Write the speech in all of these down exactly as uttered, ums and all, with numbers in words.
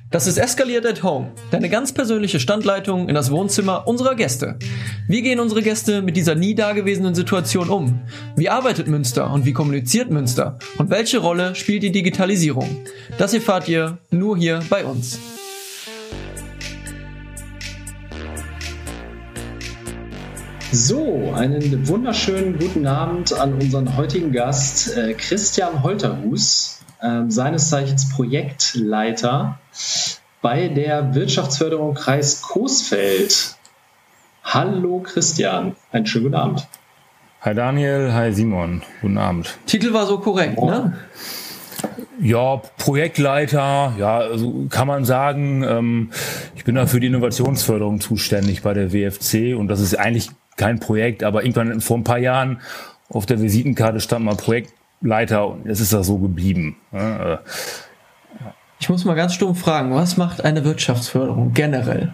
Das ist Eskaliert at Home, deine ganz persönliche Standleitung in das Wohnzimmer unserer Gäste. Wie gehen unsere Gäste mit dieser nie dagewesenen Situation um? Wie arbeitet Münster und wie kommuniziert Münster? Und welche Rolle spielt die Digitalisierung? Das erfahrt ihr nur hier bei uns. So, einen wunderschönen guten Abend an unseren heutigen Gast, äh, Christian Holterhus, äh, seines Zeichens Projektleiter bei der Wirtschaftsförderung Kreis Coesfeld. Hallo Christian, einen schönen guten Abend. Hi Daniel, hi Simon, guten Abend. Titel war so korrekt, oh. ne? Ja, Projektleiter, ja, also kann man sagen, ähm, ich bin da für die Innovationsförderung zuständig bei der W F C und das ist eigentlich kein Projekt, aber irgendwann vor ein paar Jahren auf der Visitenkarte stand mal Projektleiter und jetzt ist das so geblieben. Ja, ich muss mal ganz stumpf fragen, was macht eine Wirtschaftsförderung generell?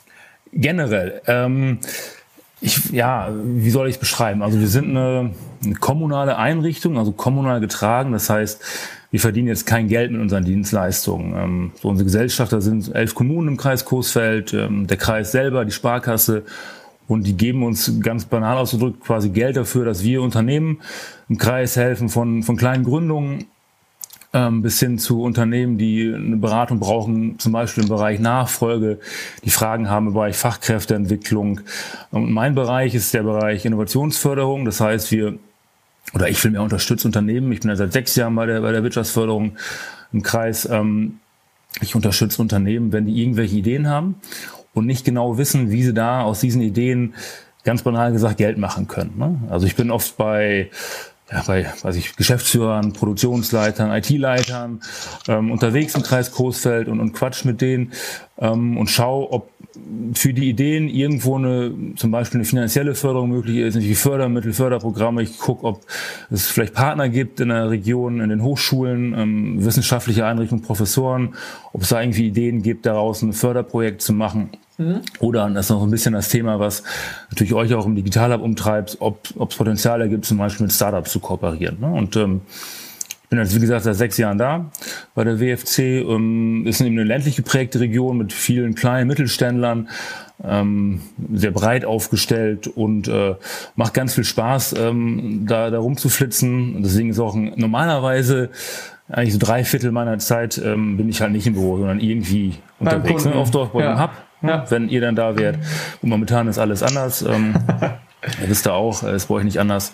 Generell, ähm, ich, ja, wie soll ich es beschreiben? Also wir sind eine, eine kommunale Einrichtung, also kommunal getragen, das heißt, wir verdienen jetzt kein Geld mit unseren Dienstleistungen. Ähm, so unsere Gesellschafter sind elf Kommunen im Kreis Coesfeld, ähm, der Kreis selber, die Sparkasse. Und die geben uns ganz banal ausgedrückt quasi Geld dafür, dass wir Unternehmen im Kreis helfen, von, von kleinen Gründungen ähm, bis hin zu Unternehmen, die eine Beratung brauchen, zum Beispiel im Bereich Nachfolge, die Fragen haben im Bereich Fachkräfteentwicklung. Und mein Bereich ist der Bereich Innovationsförderung. Das heißt, wir, oder ich will mehr unterstützen Unternehmen. Ich bin ja seit sechs Jahren bei der, bei der Wirtschaftsförderung im Kreis. Ähm, ich unterstütze Unternehmen, wenn die irgendwelche Ideen haben und nicht genau wissen, wie sie da aus diesen Ideen, ganz banal gesagt, Geld machen können. Ne? Also ich bin oft bei, ja, bei weiß ich, Geschäftsführern, Produktionsleitern, I T-Leitern ähm, unterwegs im Kreis Coesfeld und, und quatsch mit denen ähm, und schaue, ob für die Ideen irgendwo eine, zum Beispiel eine finanzielle Förderung möglich ist, wie Fördermittel, Förderprogramme. Ich gucke, ob es vielleicht Partner gibt in der Region, in den Hochschulen, ähm, wissenschaftliche Einrichtungen, Professoren, ob es da irgendwie Ideen gibt, daraus ein Förderprojekt zu machen. Mhm. Oder, und das ist noch ein bisschen das Thema, was natürlich euch auch im Digital-Hub umtreibt, ob es Potenziale gibt, zum Beispiel mit Startups zu kooperieren. Ne? Und ähm, ich bin jetzt, wie gesagt, seit sechs Jahren da bei der W F C. Ähm, ist eben eine ländlich geprägte Region mit vielen kleinen Mittelständlern, ähm, sehr breit aufgestellt und äh, macht ganz viel Spaß, ähm, da, da rumzuflitzen. Und deswegen ist auch ein, normalerweise eigentlich so drei Viertel meiner Zeit ähm, bin ich halt nicht im Büro, sondern irgendwie unterwegs. Ne? Oft auch bei dem Hub, ja. Wenn ihr dann da wärt. Und momentan ist alles anders. Ähm, ihr wisst ja auch, es ist bei euch nicht anders.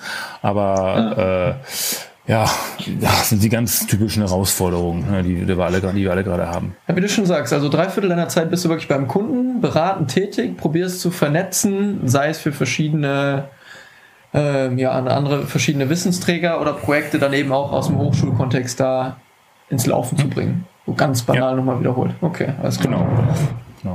Aber ja. äh, Ja, das sind die ganz typischen Herausforderungen, die, die, wir, alle, die wir alle gerade haben. Ja, wie du schon sagst, also drei Viertel deiner Zeit bist du wirklich beim Kunden, beratend tätig, probierst zu vernetzen, sei es für verschiedene, äh, ja, andere verschiedene Wissensträger oder Projekte dann eben auch aus dem Hochschulkontext da ins Laufen zu bringen. So ganz banal ja. nochmal wiederholt. Okay, alles klar. Genau. genau.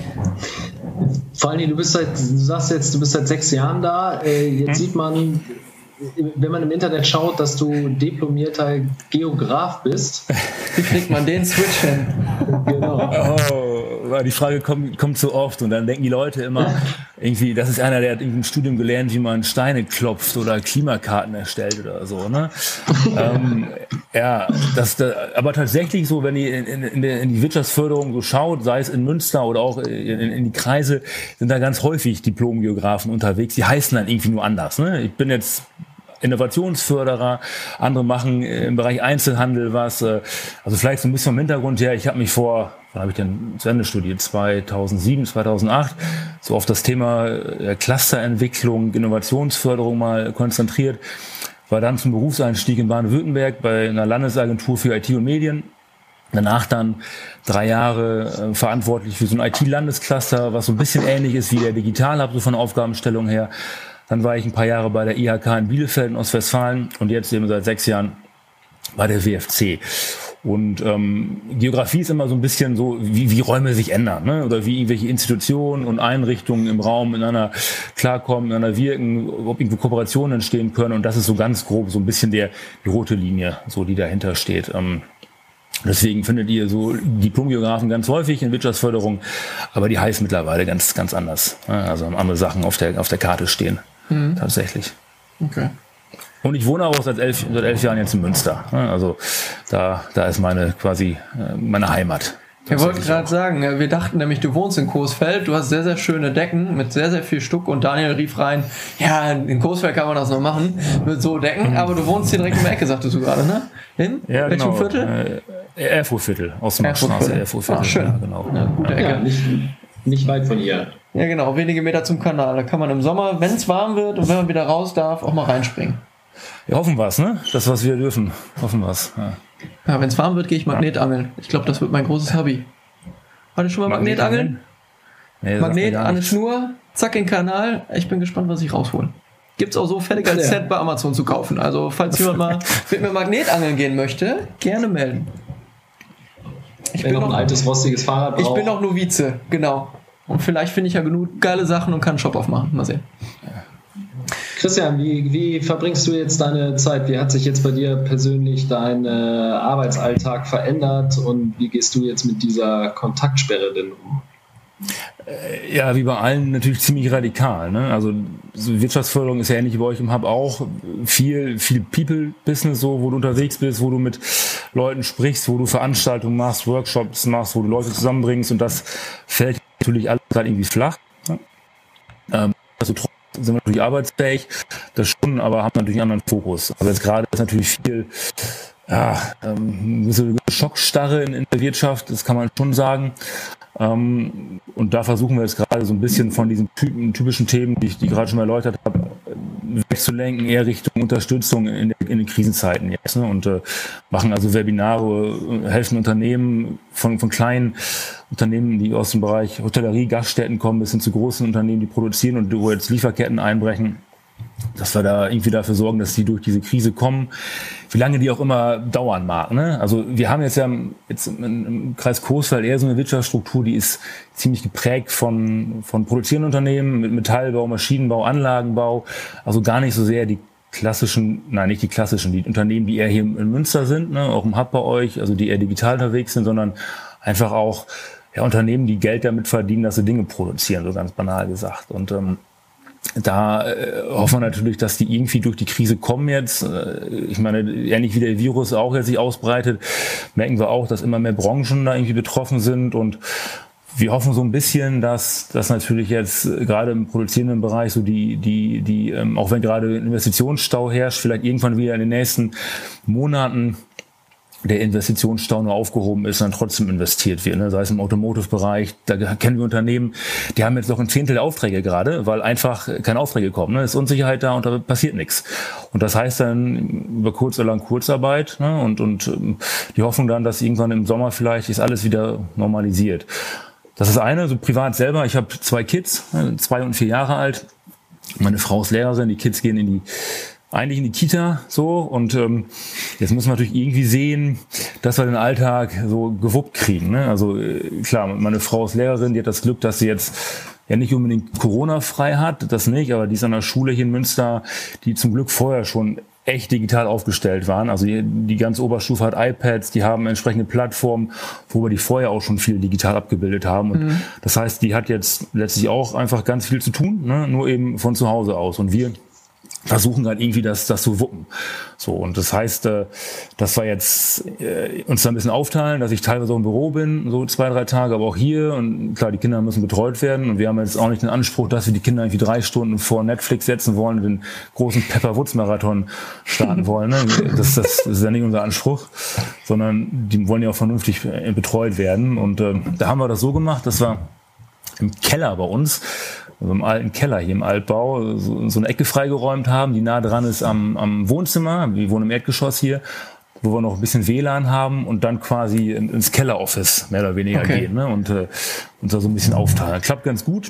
Vor allen Dingen, du bist seit, du sagst jetzt, du bist seit sechs Jahren da. Äh, jetzt hm. sieht man, wenn man im Internet schaut, dass du diplomierter Geograf bist. Wie kriegt man den Switch hin? Genau. Oh, die Frage kommt, kommt so oft und dann denken die Leute immer, irgendwie, das ist einer, der hat im Studium gelernt, wie man Steine klopft oder Klimakarten erstellt oder so. Ne? ähm, ja, das, das, aber tatsächlich so, wenn ihr in, in, in, in die Wirtschaftsförderung so schaut, sei es in Münster oder auch in, in die Kreise, sind da ganz häufig Diplomgeografen unterwegs. Die heißen dann irgendwie nur anders. Ne? Ich bin jetzt Innovationsförderer, andere machen im Bereich Einzelhandel was. Also vielleicht so ein bisschen vom Hintergrund her, ich habe mich vor, wann habe ich denn zu Ende studiert? zweitausendsieben, zweitausendacht, so auf das Thema Clusterentwicklung, Innovationsförderung mal konzentriert. War dann zum Berufseinstieg in Baden-Württemberg bei einer Landesagentur für I T und Medien. Danach dann drei Jahre äh, verantwortlich für so ein I T-Landescluster, was so ein bisschen ähnlich ist wie der Digital-Hub, so von der Aufgabenstellung her. Dann war ich ein paar Jahre bei der I H K in Bielefeld in Ostwestfalen und jetzt eben seit sechs Jahren bei der W F C. Und ähm, Geografie ist immer so ein bisschen so, wie, wie Räume sich ändern, ne? Oder wie irgendwelche Institutionen und Einrichtungen im Raum miteinander klarkommen, miteinander wirken, ob irgendwo Kooperationen entstehen können. Und das ist so ganz grob so ein bisschen der die rote Linie, so die dahinter steht. Ähm, Deswegen findet ihr so Diplomgeografen ganz häufig in Wirtschaftsförderung, aber die heißen mittlerweile ganz, ganz anders. Also haben andere Sachen auf der, auf der Karte stehen. Mhm. Tatsächlich. Okay. Und ich wohne auch seit elf, seit elf Jahren jetzt in Münster. Also da, da ist meine quasi meine Heimat. Ich wollte gerade sagen, wir dachten nämlich, du wohnst in Coesfeld, du hast sehr, sehr schöne Decken mit sehr, sehr viel Stuck und Daniel rief rein, ja, in Coesfeld kann man das noch machen, mit so Decken, mhm. aber du wohnst hier direkt um die Ecke, sagtest du gerade, ne? In ja, welchem genau. Viertel? Äh, Erfurtviertel, aus der Straße, Erfurtviertel. Ah, schön. Ja, genau. Ja, gute Ecke. Ja, nicht, nicht weit von hier. Ja, genau, wenige Meter zum Kanal. Da kann man im Sommer, wenn es warm wird und wenn man wieder raus darf, auch mal reinspringen. Ja, hoffen wir es, ne? Das, was wir dürfen. Hoffen wir es. Ja, ja wenn es warm wird, gehe ich Magnetangeln. Ich glaube, das wird mein großes Hobby. War du schon mal Magnetangeln? Nee, Magnet an eine Schnur, zack in den Kanal. Ich bin gespannt, was ich raushole. Gibt's auch so fertig als ja. Set bei Amazon zu kaufen. Also, falls jemand mal mit mir Magnetangeln gehen möchte, gerne melden. Ich Wenn bin noch ein altes, rostiges Fahrrad braucht. Ich bin noch Novize, genau. Und vielleicht finde ich ja genug geile Sachen und kann einen Shop aufmachen. Mal sehen. Christian, wie, wie verbringst du jetzt deine Zeit? Wie hat sich jetzt bei dir persönlich dein äh, Arbeitsalltag verändert und wie gehst du jetzt mit dieser Kontaktsperre denn um? Ja, wie bei allen natürlich ziemlich radikal. Ne? Also so Wirtschaftsförderung ist ja ähnlich wie bei euch im Hub auch. Viel, viel People-Business, so, wo du unterwegs bist, wo du mit Leuten sprichst, wo du Veranstaltungen machst, Workshops machst, wo du Leute zusammenbringst und das fällt natürlich alles gerade irgendwie flach. Ne? Ähm, also sind wir natürlich arbeitsfähig, das schon, aber haben natürlich einen anderen Fokus. Aber jetzt gerade ist natürlich viel ja, ähm, so eine Schockstarre in, in der Wirtschaft, das kann man schon sagen. Ähm, und da versuchen wir jetzt gerade so ein bisschen von diesen typ- typischen Themen, die ich die gerade schon mal erläutert habe, wegzulenken, eher Richtung Unterstützung in, der, in den Krisenzeiten jetzt. Ne? Und äh, machen also Webinare, helfen Unternehmen von, von kleinen Unternehmen, die aus dem Bereich Hotellerie, Gaststätten kommen, bis hin zu großen Unternehmen, die produzieren und wo jetzt Lieferketten einbrechen, dass wir da irgendwie dafür sorgen, dass die durch diese Krise kommen, wie lange die auch immer dauern mag. Ne? Also wir haben jetzt ja jetzt im Kreis Coesfeld eher so eine Wirtschaftsstruktur, die ist ziemlich geprägt von von produzierenden Unternehmen mit Metallbau, Maschinenbau, Anlagenbau, also gar nicht so sehr die klassischen, nein, nicht die klassischen, die Unternehmen, die eher hier in Münster sind, ne, auch im Hub bei euch, also die eher digital unterwegs sind, sondern einfach auch ja, Unternehmen, die Geld damit verdienen, dass sie Dinge produzieren, so ganz banal gesagt. Und ähm, da äh, hoffen wir natürlich, dass die irgendwie durch die Krise kommen jetzt. Äh, ich meine, ähnlich wie der Virus auch jetzt sich ausbreitet, merken wir auch, dass immer mehr Branchen da irgendwie betroffen sind und wir hoffen so ein bisschen, dass dass natürlich jetzt gerade im produzierenden Bereich so die die die ähm, auch wenn gerade ein Investitionsstau herrscht, vielleicht irgendwann wieder in den nächsten Monaten der Investitionsstau nur aufgehoben ist, dann trotzdem investiert wird. Ne? Sei es im Automotive-Bereich, da kennen wir Unternehmen, die haben jetzt noch ein Zehntel Aufträge gerade, weil einfach keine Aufträge kommen. Ne? Es ist Unsicherheit da und da passiert nichts. Und das heißt dann über kurz oder lang Kurzarbeit, ne? und und die Hoffnung dann, dass irgendwann im Sommer vielleicht ist alles wieder normalisiert. Das ist eine, so privat selber. Ich habe zwei Kids, zwei und vier Jahre alt. Meine Frau ist Lehrerin, die Kids gehen in die eigentlich in die Kita so und ähm, jetzt müssen wir natürlich irgendwie sehen, dass wir den Alltag so gewuppt kriegen. Ne? Also äh, klar, meine Frau ist Lehrerin, die hat das Glück, dass sie jetzt ja nicht unbedingt Corona-frei hat, das nicht, aber die ist an der Schule hier in Münster, die zum Glück vorher schon echt digital aufgestellt waren. Also die, die ganze Oberstufe hat iPads, die haben entsprechende Plattformen, wo wir die vorher auch schon viel digital abgebildet haben. Und mhm. das heißt, die hat jetzt letztlich auch einfach ganz viel zu tun, ne? Nur eben von zu Hause aus. Und wir versuchen gerade irgendwie das, das zu wuppen. So, und das heißt, äh, dass wir jetzt äh, uns da ein bisschen aufteilen, dass ich teilweise auch im Büro bin, so zwei, drei Tage, aber auch hier. Und klar, die Kinder müssen betreut werden. Und wir haben jetzt auch nicht den Anspruch, dass wir die Kinder irgendwie drei Stunden vor Netflix setzen wollen und den großen Pepper-Woods-Marathon starten wollen. Ne? Das, das ist ja nicht unser Anspruch, sondern die wollen ja auch vernünftig äh, betreut werden. Und äh, da haben wir das so gemacht, dass wir im Keller bei uns, also im alten Keller hier im Altbau, so, so eine Ecke freigeräumt haben, die nah dran ist am, am Wohnzimmer. Wir wohnen im Erdgeschoss hier, wo wir noch ein bisschen W L A N haben und dann quasi in, ins Keller-Office mehr oder weniger okay. gehen, ne? Und äh, uns da so ein bisschen aufteilen. Klappt ganz gut,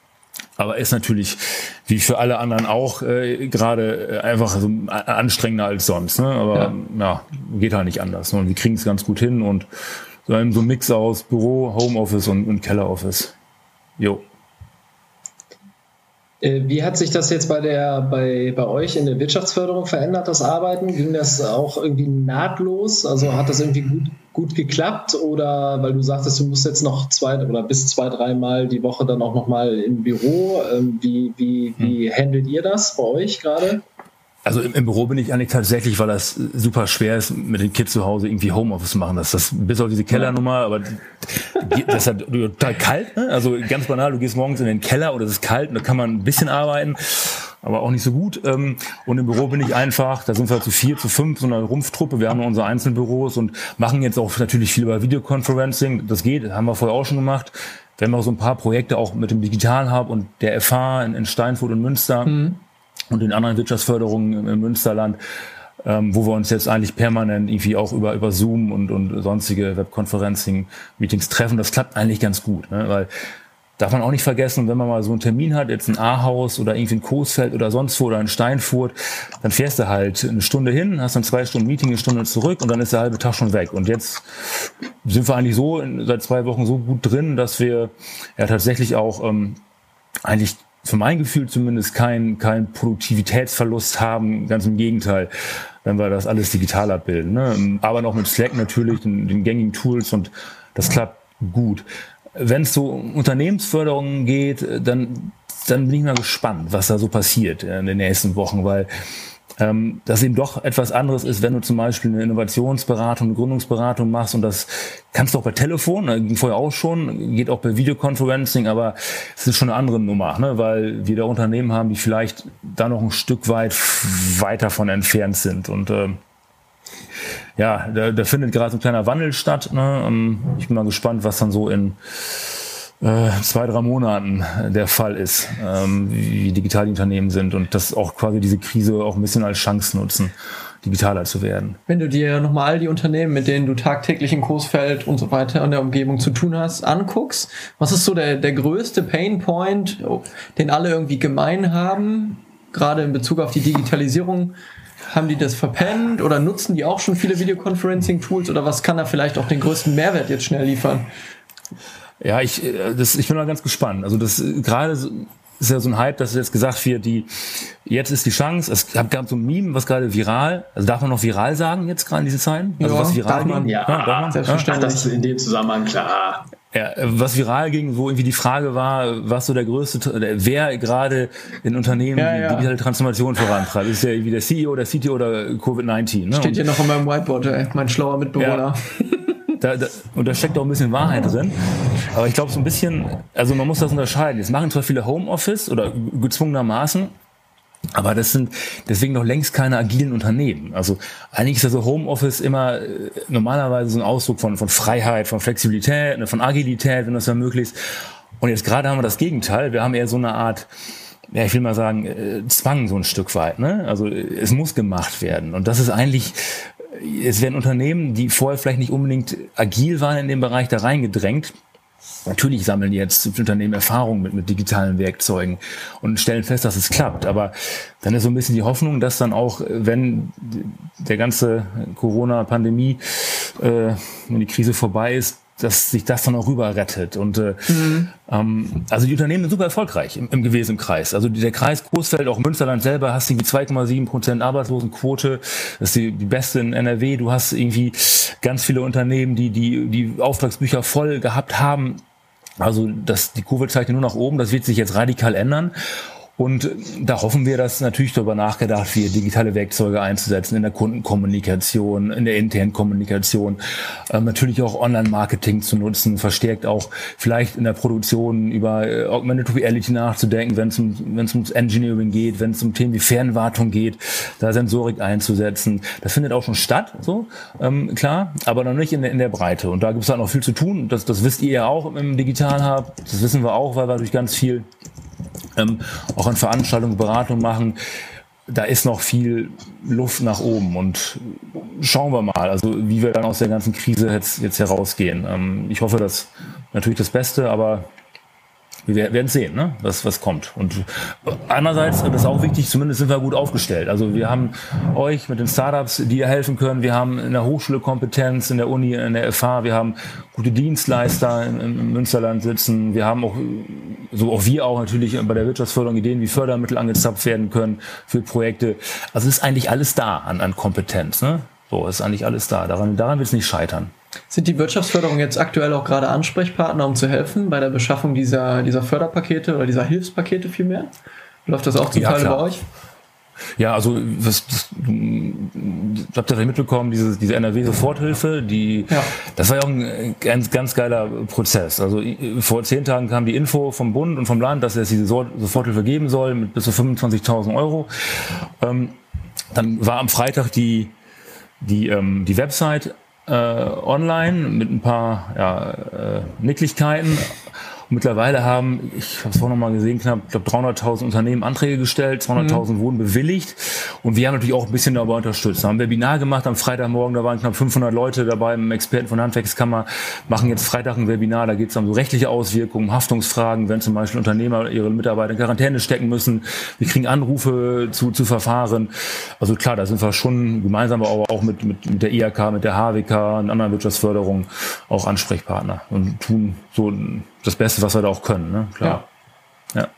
aber ist natürlich, wie für alle anderen auch, äh, gerade äh, einfach so anstrengender als sonst. Ne? Aber ja. ja, geht halt nicht anders. Ne? Und wir kriegen es ganz gut hin und so ein so ein Mix aus Büro, Homeoffice und, und Keller-Office. Jo. Wie hat sich das jetzt bei der bei, bei euch in der Wirtschaftsförderung verändert, das Arbeiten? Ging das auch irgendwie nahtlos? Also hat das irgendwie gut, gut geklappt? Oder weil du sagtest, du musst jetzt noch zwei oder bis zwei, dreimal die Woche dann auch nochmal im Büro. Wie, wie, wie handelt ihr das bei euch gerade? Also im, im Büro bin ich eigentlich tatsächlich, weil das super schwer ist, mit den Kids zu Hause irgendwie Homeoffice zu machen. Das ist das, bis auf diese Kellernummer, aber das ist halt total kalt, ne? Also ganz banal, du gehst morgens in den Keller oder es ist kalt und da kann man ein bisschen arbeiten, aber auch nicht so gut. Und im Büro bin ich einfach, da sind wir zu vier, zu fünf, so eine Rumpftruppe. Wir haben nur unsere Einzelbüros und machen jetzt auch natürlich viel über Videoconferencing. Das geht, das haben wir vorher auch schon gemacht. Wir haben auch so ein paar Projekte auch mit dem Digital Hub und der F H in, in Steinfurt und Münster. Mhm. Und den anderen Wirtschaftsförderungen im Münsterland, ähm, wo wir uns jetzt eigentlich permanent irgendwie auch über über Zoom und und sonstige Webconferencing-Meetings treffen. Das klappt eigentlich ganz gut, ne? Weil darf man auch nicht vergessen, wenn man mal so einen Termin hat, jetzt ein Ahaus oder irgendwie ein Coesfeld oder sonst wo oder in Steinfurt, dann fährst du halt eine Stunde hin, hast dann zwei Stunden Meeting, eine Stunde zurück und dann ist der halbe Tag schon weg. Und jetzt sind wir eigentlich so in, seit zwei Wochen so gut drin, dass wir ja tatsächlich auch ähm, eigentlich für mein Gefühl zumindest kein kein Produktivitätsverlust haben, ganz im Gegenteil, wenn wir das alles digital abbilden, ne? Aber noch mit Slack natürlich, den, den gängigen Tools, und das klappt gut. Wenn es so um Unternehmensförderungen geht, dann dann bin ich mal gespannt, was da so passiert in den nächsten Wochen, weil ähm, das eben doch etwas anderes ist, wenn du zum Beispiel eine Innovationsberatung, eine Gründungsberatung machst, und das kannst du auch bei Telefon, ging vorher auch schon, geht auch bei Videoconferencing, aber es ist schon eine andere Nummer, ne? Weil wir da Unternehmen haben, die vielleicht da noch ein Stück weit weiter von entfernt sind, und ähm, ja, da, da findet gerade so ein kleiner Wandel statt, ne? Ich bin mal gespannt, was dann so in äh, zwei, drei Monaten der Fall ist, ähm, wie digital die Unternehmen sind, und das auch quasi diese Krise auch ein bisschen als Chance nutzen, digitaler zu werden. Wenn du dir nochmal all die Unternehmen, mit denen du tagtäglich in Coesfeld und so weiter in der Umgebung zu tun hast, anguckst, was ist so der, der größte Painpoint, den alle irgendwie gemein haben, gerade in Bezug auf die Digitalisierung? Haben die das verpennt oder nutzen die auch schon viele Videoconferencing-Tools, oder was kann da vielleicht auch den größten Mehrwert jetzt schnell liefern? Ja, ich, das, ich bin mal ganz gespannt. Also das gerade ist ja so ein Hype, dass jetzt gesagt wird, die jetzt ist die Chance. Es gab so ein Meme, was gerade viral, also darf man noch viral sagen jetzt gerade in diesen Zeiten? Also ja, was viral darf man, ging? ja, ja, darf man? Selbstverständlich. Das ist in dem Zusammenhang klar. Ja, was viral ging, wo irgendwie die Frage war, was so der größte, wer gerade in Unternehmen ja, die ja. digitale Transformation vorantreibt. Ist ja irgendwie der C E O, der C T O oder Covid neunzehn. Ne? Steht hier noch auf meinem Whiteboard, ey, mein schlauer Mitbewohner. Ja. Da, da, und da steckt auch ein bisschen Wahrheit drin. Aber ich glaube so ein bisschen, also man muss das unterscheiden. Jetzt machen zwar viele Homeoffice oder gezwungenermaßen, aber das sind deswegen noch längst keine agilen Unternehmen. Also eigentlich ist also Homeoffice immer äh, normalerweise so ein Ausdruck von, von Freiheit, von Flexibilität, ne, von Agilität, wenn das ja möglich ist. Und jetzt gerade haben wir das Gegenteil. Wir haben eher so eine Art, ja, ich will mal sagen, äh, Zwang so ein Stück weit. Ne? Also es muss gemacht werden. Und das ist eigentlich, es werden Unternehmen, die vorher vielleicht nicht unbedingt agil waren in dem Bereich, da reingedrängt. Natürlich sammeln jetzt Unternehmen Erfahrung mit, mit digitalen Werkzeugen und stellen fest, dass es klappt. Aber dann ist so ein bisschen die Hoffnung, dass dann auch, wenn der ganze Corona-Pandemie, äh, wenn die Krise vorbei ist, dass sich das dann auch rüber rettet. Und äh, mhm. ähm, also die Unternehmen sind super erfolgreich im, im gewesen im Kreis. Also der Kreis Coesfeld, auch Münsterland selber, hast irgendwie zwei Komma sieben Prozent Arbeitslosenquote. Das ist die, die beste in N R W. Du hast irgendwie ganz viele Unternehmen, die die die Auftragsbücher voll gehabt haben. Also das, die Kurve zeigt nur nach oben. Das wird sich jetzt radikal ändern. Und da hoffen wir, dass natürlich darüber nachgedacht wird, digitale Werkzeuge einzusetzen in der Kundenkommunikation, in der internen Kommunikation, ähm, natürlich auch Online-Marketing zu nutzen, verstärkt auch vielleicht in der Produktion über äh, Augmented Reality nachzudenken, wenn es um, wenn es ums Engineering geht, wenn es um Themen wie Fernwartung geht, da Sensorik einzusetzen. Das findet auch schon statt, so ähm, klar, aber noch nicht in der, in der Breite. Und da gibt es halt noch viel zu tun. Das, das wisst ihr ja auch im Digital Hub. Das wissen wir auch, weil wir durch ganz viel Ähm, auch an Veranstaltungen, Beratung machen. Da ist noch viel Luft nach oben, und schauen wir mal, also wie wir dann aus der ganzen Krise jetzt, jetzt herausgehen. Ähm, ich hoffe, dass natürlich das Beste, aber wir werden sehen, ne, was, was kommt. Und andererseits, das ist auch wichtig, zumindest sind wir gut aufgestellt. Also wir haben euch mit den Startups, die ihr helfen können. Wir haben in der Hochschule Kompetenz, in der Uni, in der F H. Wir haben gute Dienstleister im, im Münsterland sitzen. Wir haben auch, so auch wir auch natürlich bei der Wirtschaftsförderung Ideen, wie Fördermittel angezapft werden können für Projekte. Also ist eigentlich alles da an, an Kompetenz, ne? So, ist eigentlich alles da. Daran, daran wird es nicht scheitern. Sind die Wirtschaftsförderung jetzt aktuell auch gerade Ansprechpartner, um zu helfen bei der Beschaffung dieser, dieser Förderpakete oder dieser Hilfspakete vielmehr? Läuft das auch zum ja, Teil klar. bei euch? Ja, also was, das, habt ihr vielleicht mitbekommen, diese, diese N R W-Soforthilfe, die, ja. das war ja auch ein ganz, ganz geiler Prozess. Also vor zehn Tagen kam die Info vom Bund und vom Land, dass es diese Soforthilfe geben soll mit bis zu fünfundzwanzigtausend Euro. Ähm, dann war am Freitag die, die, ähm, die Website äh, online mit ein paar ja, äh, Nicklichkeiten. Und mittlerweile haben, ich habe es vorhin noch mal gesehen, knapp, ich glaube, dreihunderttausend Unternehmen Anträge gestellt, zweihunderttausend mhm. wurden bewilligt. Und wir haben natürlich auch ein bisschen dabei unterstützt. Wir haben ein Webinar gemacht am Freitagmorgen, da waren knapp fünfhundert Leute dabei, mit Experten von der Handwerkskammer, machen jetzt Freitag ein Webinar, da geht es um so rechtliche Auswirkungen, Haftungsfragen, wenn zum Beispiel Unternehmer ihre Mitarbeiter in Quarantäne stecken müssen. Wir kriegen Anrufe zu, zu Verfahren. Also klar, da sind wir schon gemeinsam, aber auch mit, mit, mit der I H K, mit der H W K und anderen Wirtschaftsförderungen auch Ansprechpartner und tun so das Beste, was wir da auch können, ne? Klar. Ja. ja.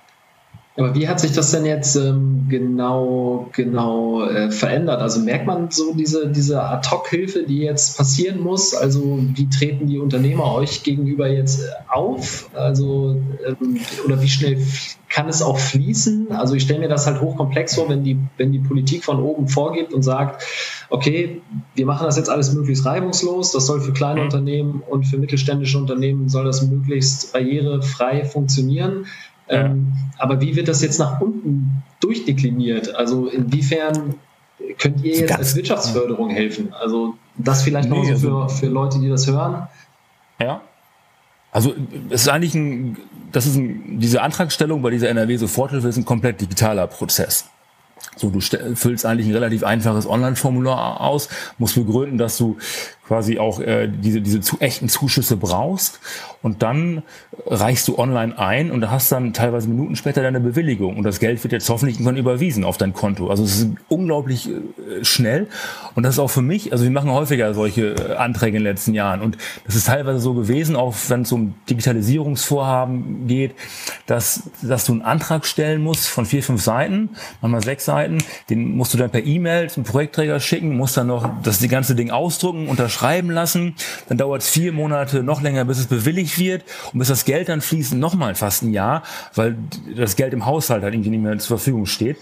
Aber wie hat sich das denn jetzt ähm, genau, genau äh, verändert? Also merkt man so diese, diese Ad-Hoc-Hilfe, die jetzt passieren muss? Also wie treten die Unternehmer euch gegenüber jetzt auf? Also ähm, oder wie schnell kann es auch fließen? Also ich stelle mir das halt hochkomplex vor, wenn die, wenn die Politik von oben vorgibt und sagt, okay, wir machen das jetzt alles möglichst reibungslos, das soll für kleine Unternehmen und für mittelständische Unternehmen soll das möglichst barrierefrei funktionieren. Ja. Ähm, aber wie wird das jetzt nach unten durchdekliniert? Also inwiefern könnt ihr jetzt als Wirtschaftsförderung helfen? Also das vielleicht noch nee, so für, für Leute, die das hören. Ja. Also es ist eigentlich ein, das ist ein, diese Antragstellung bei dieser N R W-Soforthilfe ist ein komplett digitaler Prozess. So, du füllst eigentlich ein relativ einfaches Online-Formular aus, musst begründen, dass du quasi auch äh, diese diese zu echten Zuschüsse brauchst und dann reichst du online ein und da hast dann teilweise Minuten später deine Bewilligung und das Geld wird jetzt hoffentlich irgendwann überwiesen auf dein Konto. Also es ist unglaublich äh, schnell und das ist auch für mich, also wir machen häufiger solche äh, Anträge in den letzten Jahren und das ist teilweise so gewesen, auch wenn es um Digitalisierungsvorhaben geht, dass dass du einen Antrag stellen musst von vier, fünf Seiten, manchmal sechs Seiten, den musst du dann per E-Mail zum Projektträger schicken, musst dann noch das die ganze Ding ausdrucken, unterschreiben schreiben lassen, dann dauert es vier Monate, noch länger, bis es bewilligt wird und bis das Geld dann fließt, nochmal fast ein Jahr, weil das Geld im Haushalt halt irgendwie nicht mehr zur Verfügung steht.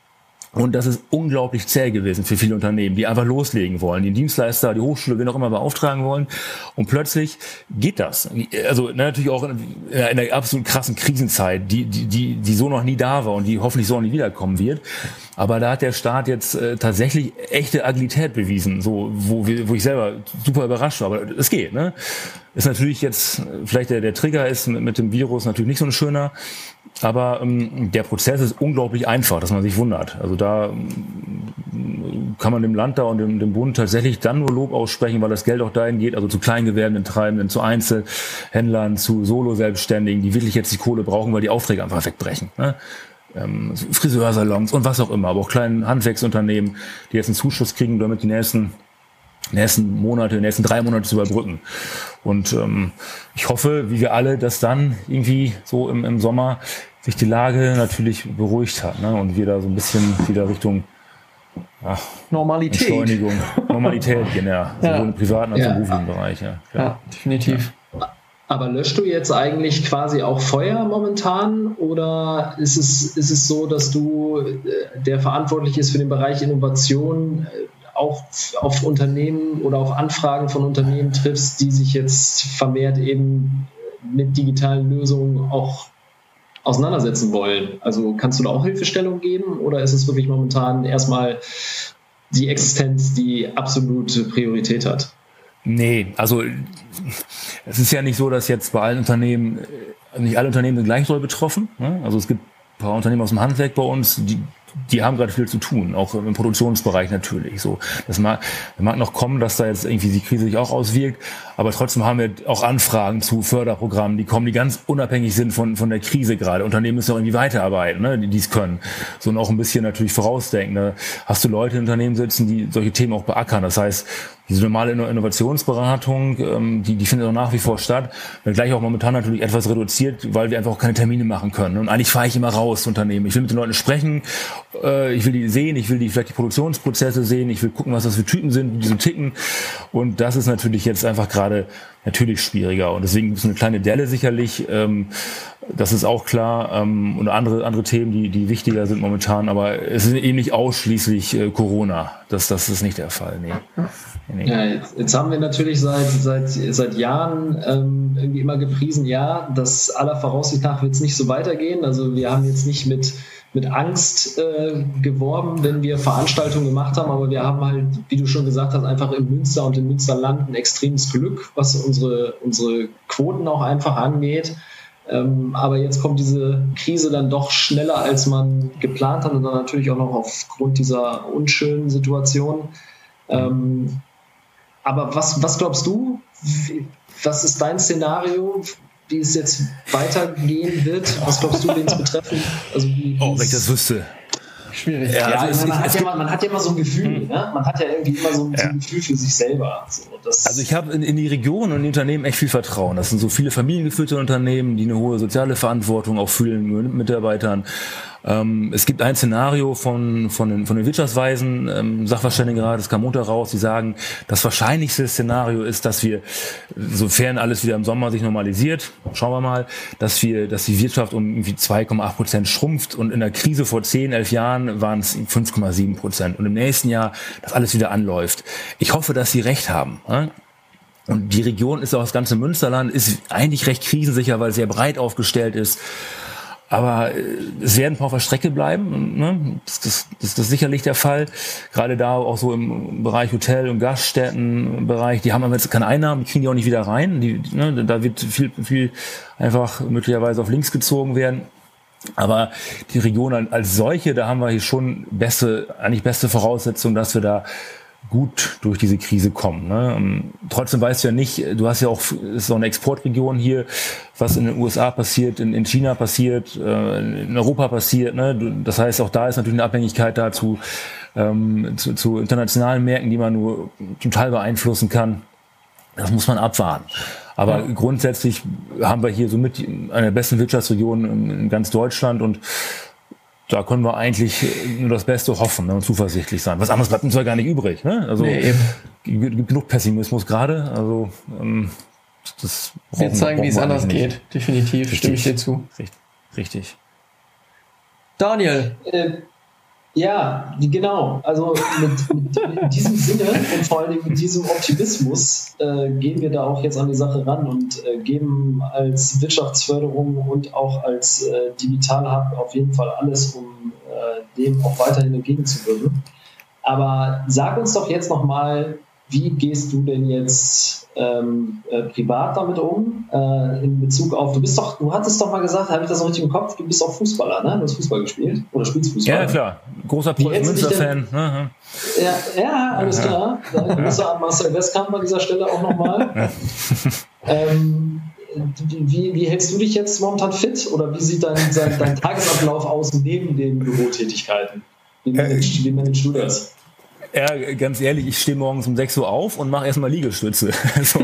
Und das ist unglaublich zäh gewesen für viele Unternehmen, die einfach loslegen wollen, die Dienstleister, die Hochschule, wen auch immer beauftragen wollen. Und plötzlich geht das. Also natürlich auch in einer absolut krassen Krisenzeit, die, die, die, die so noch nie da war und die hoffentlich so noch nie wiederkommen wird. Aber da hat der Staat jetzt äh, tatsächlich echte Agilität bewiesen, so wo, wir, wo ich selber super überrascht war. Aber es geht, ne? Ist natürlich jetzt, vielleicht der, der Trigger ist mit, mit dem Virus natürlich nicht so ein schöner, aber ähm, der Prozess ist unglaublich einfach, dass man sich wundert. Also da ähm, kann man dem Land da und dem, dem Bund tatsächlich dann nur Lob aussprechen, weil das Geld auch dahin geht, also zu Kleingewerbenden, Treibenden, zu Einzelhändlern, zu Solo-Selbstständigen, die wirklich jetzt die Kohle brauchen, weil die Aufträge einfach wegbrechen, ne? Ähm, Friseursalons und was auch immer, aber auch kleinen Handwerksunternehmen, die jetzt einen Zuschuss kriegen, damit die nächsten nächsten Monate, nächsten drei Monate zu überbrücken. Und ähm, ich hoffe, wie wir alle, dass dann irgendwie so im, im Sommer sich die Lage natürlich beruhigt hat, ne? Und wir da so ein bisschen wieder Richtung ach, Normalität. Entschleunigung, Normalität gehen, ja. Ja. Sowohl im privaten als auch Ja. im beruflichen Bereich. Ja, Ja, definitiv. Ja. Aber löschst du jetzt eigentlich quasi auch Feuer momentan oder ist es, ist es so, dass du, äh, der verantwortlich ist für den Bereich Innovation, äh, auch auf Unternehmen oder auf Anfragen von Unternehmen triffst, die sich jetzt vermehrt eben mit digitalen Lösungen auch auseinandersetzen wollen? Also kannst du da auch Hilfestellung geben oder ist es wirklich momentan erstmal die Existenz, die absolute Priorität hat? Nee, also es ist ja nicht so, dass jetzt bei allen Unternehmen, nicht alle Unternehmen sind gleich doll betroffen, ne? Also es gibt ein paar Unternehmen aus dem Handwerk bei uns, die die haben gerade viel zu tun, auch im Produktionsbereich natürlich. So, das mag, mag noch kommen, dass da jetzt irgendwie die Krise sich auch auswirkt, aber trotzdem haben wir auch Anfragen zu Förderprogrammen, die kommen, die ganz unabhängig sind von von der Krise gerade. Unternehmen müssen auch irgendwie weiterarbeiten, ne, die dies können. So und auch ein bisschen natürlich vorausdenken. Da hast du Leute in Unternehmen sitzen, die solche Themen auch beackern. Das heißt, diese normale Innovationsberatung, ähm, die, die findet auch nach wie vor statt, gleich auch momentan natürlich etwas reduziert, weil wir einfach auch keine Termine machen können. Und eigentlich fahre ich immer raus zu Unternehmen. Ich will mit den Leuten sprechen, äh, ich will die sehen, ich will die vielleicht die Produktionsprozesse sehen, ich will gucken, was das für Typen sind, wie die so ticken. Und das ist natürlich jetzt einfach gerade natürlich schwieriger. Und deswegen ist eine kleine Delle sicherlich. Ähm, Das ist auch klar. Ähm, und andere, andere Themen, die, die wichtiger sind momentan. Aber es ist eben nicht ausschließlich äh, Corona. Das, das ist nicht der Fall. Nee. Nee. Ja, jetzt, jetzt haben wir natürlich seit, seit, seit Jahren ähm, irgendwie immer gepriesen, ja, das aller Voraussicht nach wird es nicht so weitergehen. Also wir haben jetzt nicht mit, mit Angst äh, geworben, wenn wir Veranstaltungen gemacht haben, aber wir haben halt, wie du schon gesagt hast, einfach im Münster und im Münsterland ein extremes Glück, was unsere, unsere Quoten auch einfach angeht. Ähm, aber jetzt kommt diese Krise dann doch schneller, als man geplant hat und dann natürlich auch noch aufgrund dieser unschönen Situation. Ähm, aber was, was glaubst du, wie, was ist dein Szenario, wie es jetzt weitergehen wird? Was glaubst du, wen es betreffen? Also wie, oh, wenn ich das wüsste. Schwierig. Ja, Ja, also also man, es, hat es ja gibt, mal, man hat ja immer so ein Gefühl, hm. ne? Man hat ja irgendwie immer so, Ja. so ein Gefühl für sich selber. So, das Also ich habe in, in die Region und die Unternehmen echt viel Vertrauen. Das sind so viele familiengeführte Unternehmen, die eine hohe soziale Verantwortung auch fühlen mit Mitarbeitern. Ähm, es gibt ein Szenario von, von, den, von den Wirtschaftsweisen, ähm, Sachverständigenrat, das kam Montag raus, die sagen, das wahrscheinlichste Szenario ist, dass wir, sofern alles wieder im Sommer sich normalisiert, schauen wir mal, dass wir, dass die Wirtschaft um irgendwie zwei Komma acht Prozent schrumpft und in der Krise vor zehn, elf Jahren waren es fünf Komma sieben Prozent und im nächsten Jahr, dass alles wieder anläuft. Ich hoffe, dass sie recht haben. Ne? Und die Region ist auch das ganze Münsterland, ist eigentlich recht krisensicher, weil es sehr breit aufgestellt ist. Aber äh, es werden ein paar auf der Strecke bleiben. Ne? Das, das, das, das ist sicherlich der Fall. Gerade da auch so im Bereich Hotel- und Gaststättenbereich, die haben aber jetzt keine Einnahmen, die kriegen die auch nicht wieder rein. Die, ne, da wird viel, viel einfach möglicherweise auf links gezogen werden. Aber die Region als solche, da haben wir hier schon beste, eigentlich beste Voraussetzungen, dass wir da gut durch diese Krise kommen. Ne? Trotzdem weißt du ja nicht, du hast ja auch, ist so eine Exportregion hier, was in den U S A passiert, in, in China passiert, äh, in Europa passiert. Ne? Das heißt, auch da ist natürlich eine Abhängigkeit dazu, ähm, zu, zu internationalen Märkten, die man nur zum Teil beeinflussen kann. Das muss man abwarten. Aber ja. Grundsätzlich haben wir hier somit eine der besten Wirtschaftsregionen in ganz Deutschland und da können wir eigentlich nur das Beste hoffen, ne, und zuversichtlich sein. Was anderes bleibt uns ja gar nicht übrig. Ne? Also nee, eben. Gibt, gibt genug Pessimismus gerade. Also ähm, das wir zeigen, wie es anders geht. Definitiv, Richtig. Stimme ich dir zu. Richtig. Richtig. Daniel. Äh, ja, genau. Also mit, mit, in diesem Sinne und vor allem mit diesem Optimismus äh, gehen wir da auch jetzt an die Sache ran und äh, geben als Wirtschaftsförderung und auch als äh, Digital Hub auf jeden Fall alles, um äh, dem auch weiterhin entgegenzuwirken. Aber sag uns doch jetzt nochmal, wie gehst du denn jetzt ähm, äh, privat damit um, äh, in Bezug auf, du bist doch, du hattest doch mal gesagt, habe ich das noch richtig im Kopf, du bist auch Fußballer, ne? Du hast Fußball gespielt oder spielst Fußball. Ja, klar. Großer Preußen-Münster-Fan. Ne? Ja, ja, alles klar. Dann Grüße an Marcel Westkamp an dieser Stelle auch nochmal. ähm, wie, wie hältst du dich jetzt momentan fit oder wie sieht dein, dein, dein Tagesablauf aus neben den Bürotätigkeiten? Wie managst, wie managst du das? Ja, ganz ehrlich, ich stehe morgens um sechs Uhr auf und mache erstmal Liegestütze. so.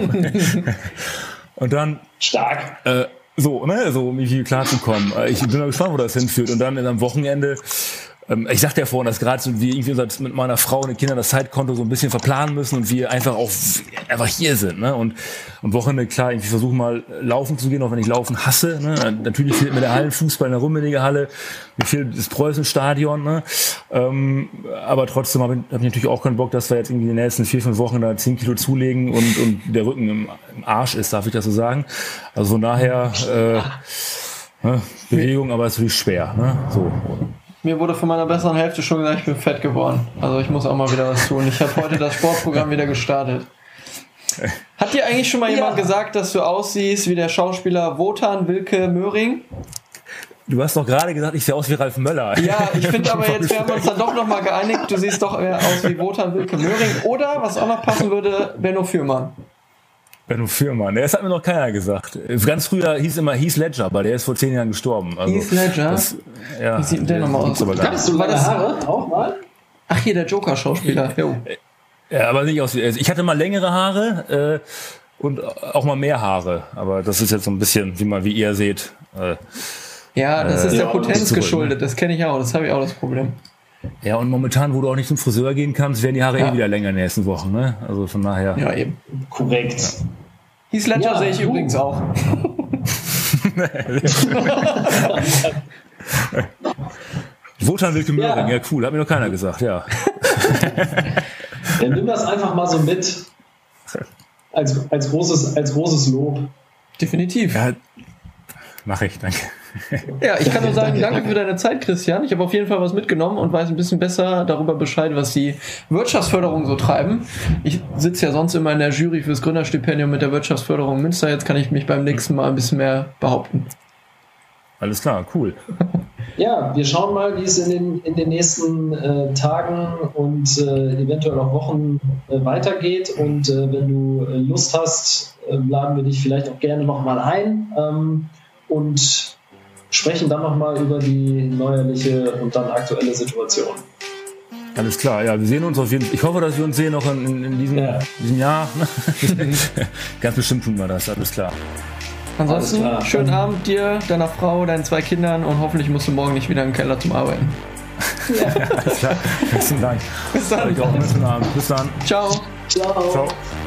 Und dann... Stark. Äh, so, ne, so um irgendwie klarzukommen. Ich bin mal gespannt, wo das hinführt. Und dann am Wochenende... Ich sagte ja vorhin, dass gerade so wie irgendwie mit meiner Frau und den Kindern das Zeitkonto so ein bisschen verplanen müssen und wir einfach auch einfach hier sind. Ne? Und am Wochenende, klar, ich versuche mal laufen zu gehen, auch wenn ich Laufen hasse. Ne? Natürlich fehlt mir der Hallenfußball in der Rummenigge Halle, mir fehlt das Preußenstadion. Ne? Ähm, aber trotzdem habe ich, hab ich natürlich auch keinen Bock, dass wir jetzt irgendwie in den nächsten vier, fünf Wochen da zehn Kilo zulegen und, und der Rücken im, im Arsch ist, darf ich das so sagen. Also von daher äh, ne? Bewegung, aber es ist natürlich schwer. Ne? So. Mir wurde von meiner besseren Hälfte schon gesagt, ich bin fett geworden. Also ich muss auch mal wieder was tun. Ich habe heute das Sportprogramm wieder gestartet. Hat dir eigentlich schon mal ja. jemand gesagt, dass du aussiehst wie der Schauspieler Wotan Wilke Möhring? Du hast doch gerade gesagt, ich sehe aus wie Ralf Möller. Ja, ich finde aber jetzt, wir haben uns dann doch nochmal geeinigt, du siehst doch eher aus wie Wotan Wilke Möhring. Oder, was auch noch passen würde, Benno Fürmann. Benno Fürmann, das hat mir noch keiner gesagt. Ganz früher hieß immer Heath Ledger, aber der ist vor zehn Jahren gestorben. Also Heath Ledger? Das, ja, wie sieht der nochmal aus? Hattest du lange Haare auch mal? Ach, hier der Joker-Schauspieler. Jo. Ja, aber nicht aus wie, ich hatte mal längere Haare äh, und auch mal mehr Haare, aber das ist jetzt so ein bisschen, wie man, wie ihr seht. Äh, ja, das ist äh, der ja, Potenz zurück, geschuldet, ne? das kenne ich auch, das habe ich auch das Problem. Ja, und momentan, wo du auch nicht zum Friseur gehen kannst, werden die Haare ja. eh wieder länger in den nächsten Wochen, ne? Also von daher. Ja, eben. Korrekt. Ja. Heath Ledger ja, sehe ich du. übrigens auch. Wotan Wilke Möhring, Ja. ja cool, hat mir noch keiner gesagt, ja. Dann nimm das einfach mal so mit. Als, als, großes, als großes Lob. Definitiv. Ja, mach ich, danke. Ja, ich kann nur sagen, Danke, danke danke. für deine Zeit, Christian. Ich habe auf jeden Fall was mitgenommen und weiß ein bisschen besser darüber Bescheid, was die Wirtschaftsförderung so treiben. Ich sitze ja sonst immer in der Jury fürs Gründerstipendium mit der Wirtschaftsförderung Münster. Jetzt kann ich mich beim nächsten Mal ein bisschen mehr behaupten. Alles klar, cool. Ja, wir schauen mal, wie es in den, in den nächsten äh, Tagen und äh, eventuell auch Wochen äh, weitergeht. Und äh, wenn du äh, Lust hast, äh, laden wir dich vielleicht auch gerne nochmal ein ähm, und sprechen dann nochmal über die neuerliche und dann aktuelle Situation. Alles klar, ja, wir sehen uns auf jeden Fall. Ich hoffe, dass wir uns sehen noch in, in, in diesem, Ja. diesem Jahr. Ganz bestimmt tun wir das, alles klar. Ansonsten, Alles klar. schönen Abend dir, deiner Frau, deinen zwei Kindern und hoffentlich musst du morgen nicht wieder im Keller zum Arbeiten. Alles klar, besten Dank. Bis dann. Euch auch einen schönen Abend. Bis dann. Ciao. Ciao. Ciao.